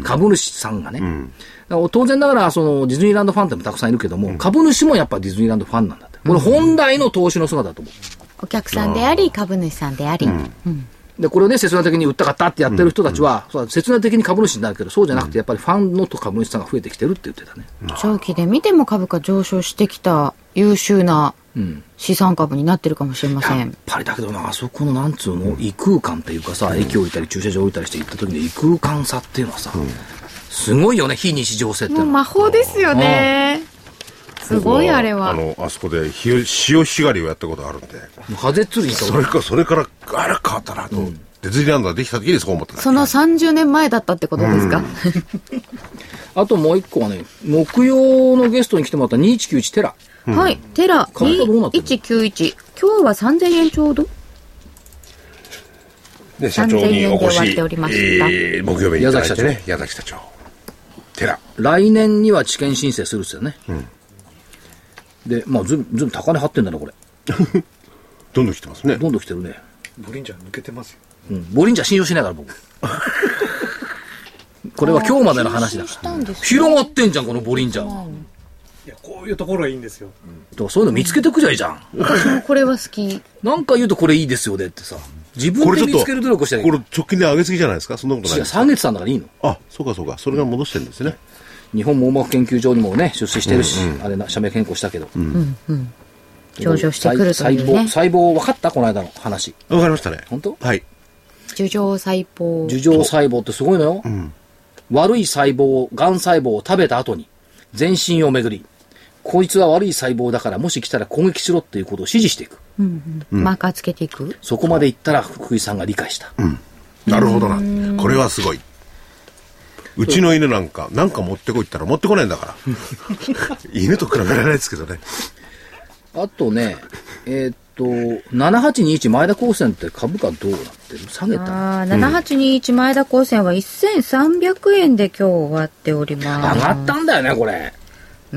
株主さんがね、うん、だから当然ながらそのディズニーランドファンってもたくさんいるけども、うん、株主もやっぱディズニーランドファンなんだって。これ本来の投資の姿だと思う。 お客さんであり株主さんであり、うんうん、 でこれをね切な的に売ったかったってやってる人たちは、うんうん、切な的に株主になるけど、そうじゃなくてやっぱりファンの株主さんが増えてきてるって言ってたね。 長期で見ても株価上昇してきた優秀な資産株になってるかもしれません。 やっぱりだけどな、あそこのなんつうの異空間っていうかさ、駅を置いたり駐車場を置いたりして行った時に異空間さっていうのはさ、うん、すごいよね。非日常性ってのはもう魔法ですよね。すごいあれは。 あのあそこで潮干狩りをやったことあるんで、 ハゼ釣りそれかそれからあれ変わったなと、うん、ディズニーランドができた時にそう思った。 そのさんじゅうねんまえだったってことですか、うん、 あともう一個はね、木曜のゲストに来てもらったにいちきゅういちテラ、 うん、はい、テラにいちきゅういち、今日はさんぜんえんちょうどで社長にお越し、えー、 木曜日にいただいてね、矢崎社長、テラ来年には治験申請するっすよね、うん、でまあずんずん高値張ってんだなこれどんどん来てますね。 どんどん来てるね。 ボリンジャー抜けてますよ、 うん、ボリンジャー信用しないから僕これは今日までの話だから、ね、広がってんじゃんこのボリンジャー。 いやこういうところはいいんですよ、 うん、だからそういうの見つけてくじゃいじゃん。 私もこれは好き。 なんか言うとこれいいですよねってさ、自分で見つける努力してない。 これ直近で上げすぎじゃないですか。そんなことないですか。 下げてたんだからいいの。 あ、そうかそうか、それが戻してるんですね。 日本網膜研究所にもね出資してるし、うんうん、あれな社名変更したけど、うんうんうん、上場してくるというね。 細胞細胞分かったこの間の話。 分かりましたね。 本当？ はい。 樹状細胞。 樹状細胞ってすごいのよ。うん、悪い細胞、がん細胞を食べた後に全身を巡り、こいつは悪い細胞だからもし来たら攻撃しろっていうことを指示していく。 うんうん、マーカーつけていく。 そこまでいったら福井さんが理解した。 うん、なるほどな。これはすごい。うちの犬なんかなんか持ってこいって言ったら持ってこないんだから犬と比べられないですけどね。 あとね、えー、っとななはちにいち前田高専って株価どうなってる？下げた？ あななはちにいち前田高専はせんさんびゃくえんで今日終わっております。 上がったんだよねこれ。 うん。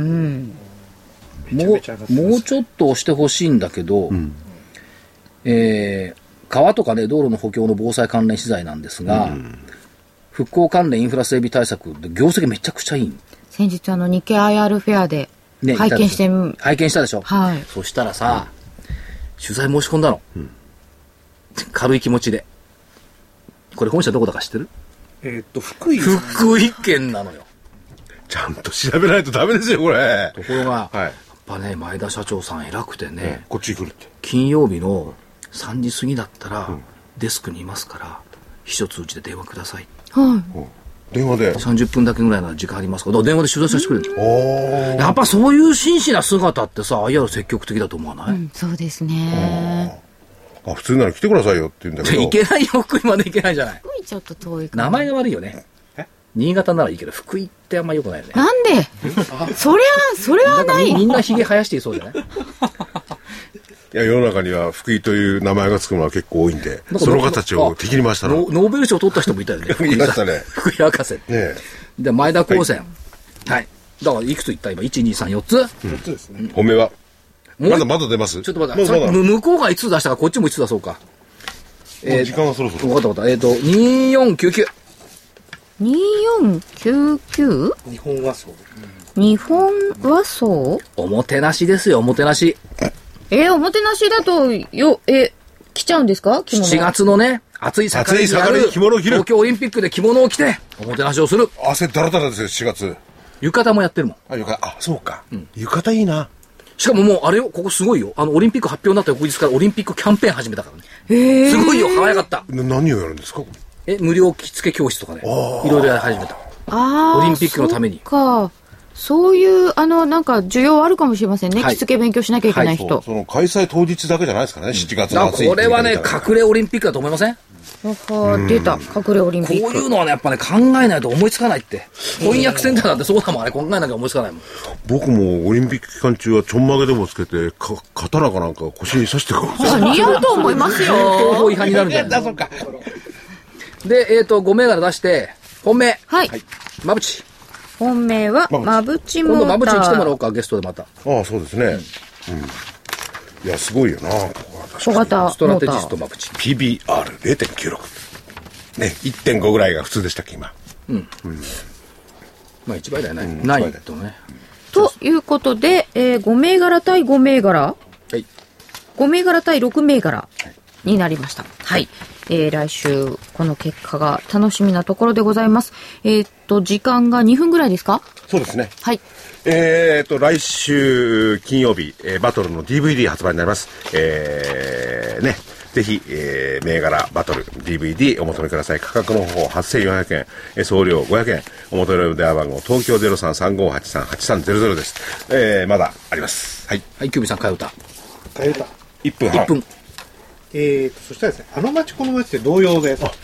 もうもうちょっと押してほしいんだけど、うん、えー、川とかね道路の補強の防災関連資材なんですが、うん、復興関連インフラ整備対策で業績めちゃくちゃいい。 先日あの日経 アイアール フェアで拝見して、ね、 拝見したでしょ、 はい、 そしたらさ、うん、取材申し込んだの、うん、軽い気持ちで。これ本社どこだか知ってる？ えー、っと福井福井県なのよ。 ちゃんと調べないとダメですよこれ。 ところが、はい、やっぱね前田社長さん偉くてね、 うん、こっち来るって金曜日のさんじ過ぎだったら、うん、デスクにいますから秘書通知で電話ください、 はい、 うん、電話でさんじゅっぷんだけぐらいの時間ありますから電話で取材させてくれる、うん、やっぱそういう真摯な姿ってさ アイアール 積極的だと思わない？うん、 そうですね。 あ普通なら来てくださいよって言うんだけどいけないよ福井まで行けないじゃない。 福井ちょっと遠いかな。 名前が悪いよね。新潟ならいいけど福井ってあんま良くないよね。 なんでそりゃそれはない。 みんなひげ生やしていそうじゃないいや世の中には福井という名前がつくのは結構多いんで、その方たちを敵に回したの。 ノーベル賞を取った人もいたよね。 いましたね。 福井博士。ね、で前田高専、はい、はい。だからいくついった今いちにさんよっつ。よっつですね。 本命はまだまだ出ます。 ちょっとまだ。まだ向こうがいつつ出したからこっちもいつつ出そうか。 えー、時間はそろそろ。 分かった分かった。えっ、ー、とにーよんきゅうきゅう。 にーよんきゅうきゅう？ 日本和装。 日本和装？ おもてなしですよ、おもてなし。 えー、おもてなしだと、よ、え、着ちゃうんですか？着物。 しちがつのね、暑い盛りにある東京オリンピックで着物を着て、おもてなしをする。 汗だらだらですよ、しがつ。 浴衣もやってるもん。 あ、浴衣、あ、そうか。うん、浴衣いいな。 しかももう、あれよ、ここすごいよ。あの、オリンピック発表になった翌日からオリンピックキャンペーン始めたからね。 へー。 すごいよ、早かった。 何をやるんですか？ え、無料着付け教室とかね。いろいろやり始めた。 あオリンピックのために。 そっか。そういう、あの、なんか、需要あるかもしれませんね。はい、着付け勉強しなきゃいけない人。はい、 そ, その開催当日だけじゃないですかね、うん、しちがつの暑い。 これはね、隠れオリンピックだと思いません？ は出た、隠れオリンピック。 こういうのはね、やっぱね、考えないと思いつかないって。翻訳センターだってそうだもん、あれ考えなきゃ思いつかないもん。 僕もオリンピック期間中はちょんまげでもつけて、か刀かなんか腰に刺してくる。 あ、似合うと思いますよ。 東方違反になるんじゃないですか。で、えっ、ー、と、ご銘柄出して、本命。 はい。 まぶち。 本命は、まぶちモーター。 今度まぶちに来てもらおうか、ゲストでまた。 ああ、そうですね。うん。うん、いや、すごいよな、ここは。 小型ストラテジストまぶち。 ピービーアールゼロてんきゅうろく。ね、いってんごぐらいが普通でしたっけ、今。うん。うん、 まあ、いちばいだよね。うん、ないとね。 ということで、えー、ご銘柄対ご銘柄。はい。ご銘柄対ろく銘柄になりました。はい。はい、えー、来週、この結果が楽しみなところでございます。えー、っと、時間がにふんぐらいですか？ そうですね。 はい。 えー、っと、来週金曜日、えー、バトルの ディーブイディー 発売になります。えー、ね。ぜひ、えー、銘柄バトル ディーブイディー お求めください。価格の方はっせんよんひゃくえん、えー、送料ごひゃくえん、お求めの電話番号、東京 ゼロさんさんごはちさんはちさんゼロゼロ です。えー、まだあります。はい。 はい、キュービさん、替え歌。 替え歌。 いっぷんはん。いっぷん。 えーと、そしたらですね、あの街この街で同様で、えー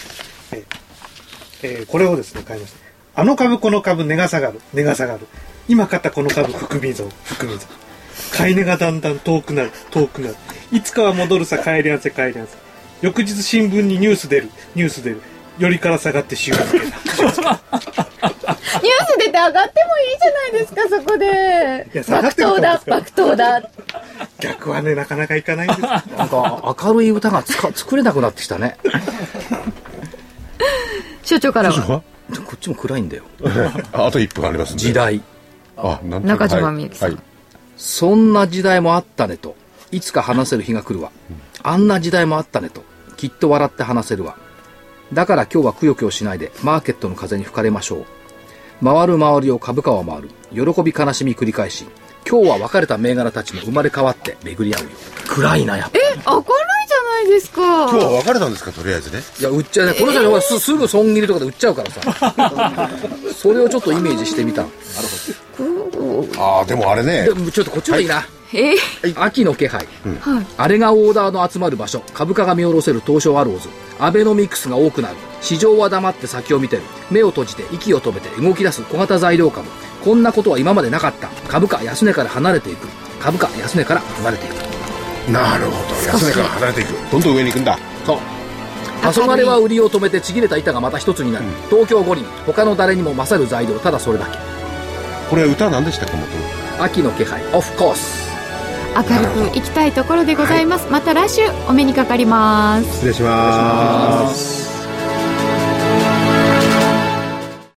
えー、これをですね、買いました。あの株この株値が下がる、値が下がる。今買ったこの株含み損、含み損。買い値がだんだん遠くなる、遠くなる。いつかは戻るさ、帰り合わせ、帰り合わせ。翌日新聞にニュース出る、ニュース出る。よりから下がって塩漬けだ。ニュース出て上がってもいいじゃないですか、そこで。いや、下がってもいいですか。爆投だ、爆投だ。 逆はね、なかなかいかないんです。なんか明るい歌がつか作れなくなってきたね。 所長からは。 こっちも暗いんだよ。 あといっぷんありますね。 時代。 あ、なん中島みゆきさん。はいはい、 そんな時代もあったねと。いつか話せる日が来るわ。あんな時代もあったねと。きっと笑って話せるわ。だから今日はくよくよしないでマーケットの風に吹かれましょう。回る回るよ株価は回る。喜び悲しみ繰り返し。今日は別れた銘柄たちも生まれ変わって巡り合うよ。暗いなやっぱ。 え、明るいじゃないですか。 今日は別れたんですか、とりあえずね。 いや、売っちゃうね。この人は す, すぐ損切りとかで売っちゃうからさ。それをちょっとイメージしてみた。なるほど。ああ、でもあれね。 でもちょっとこっちもいいな。はい、 えー、秋の気配、 うん、 あれがオーダーの集まる場所。株価が見下ろせる東証アローズ。アベノミクスが多くなる。市場は黙って先を見てる。目を閉じて息を止めて動き出す小型材料株。こんなことは今までなかった。株価安値から離れていく。株価安値から離れていく。 なるほど。安値から離れていく。どんどん上に行くんだ。 そう。黄昏は売りを止めてちぎれた板がまた一つになる、うん、東京五輪。他の誰にも勝る材料、ただそれだけ。 これ歌は何でしたか、元 々。秋の気配、オフコース。 明るくいきたいところでございます、はい、また来週お目にかかります。 失礼します。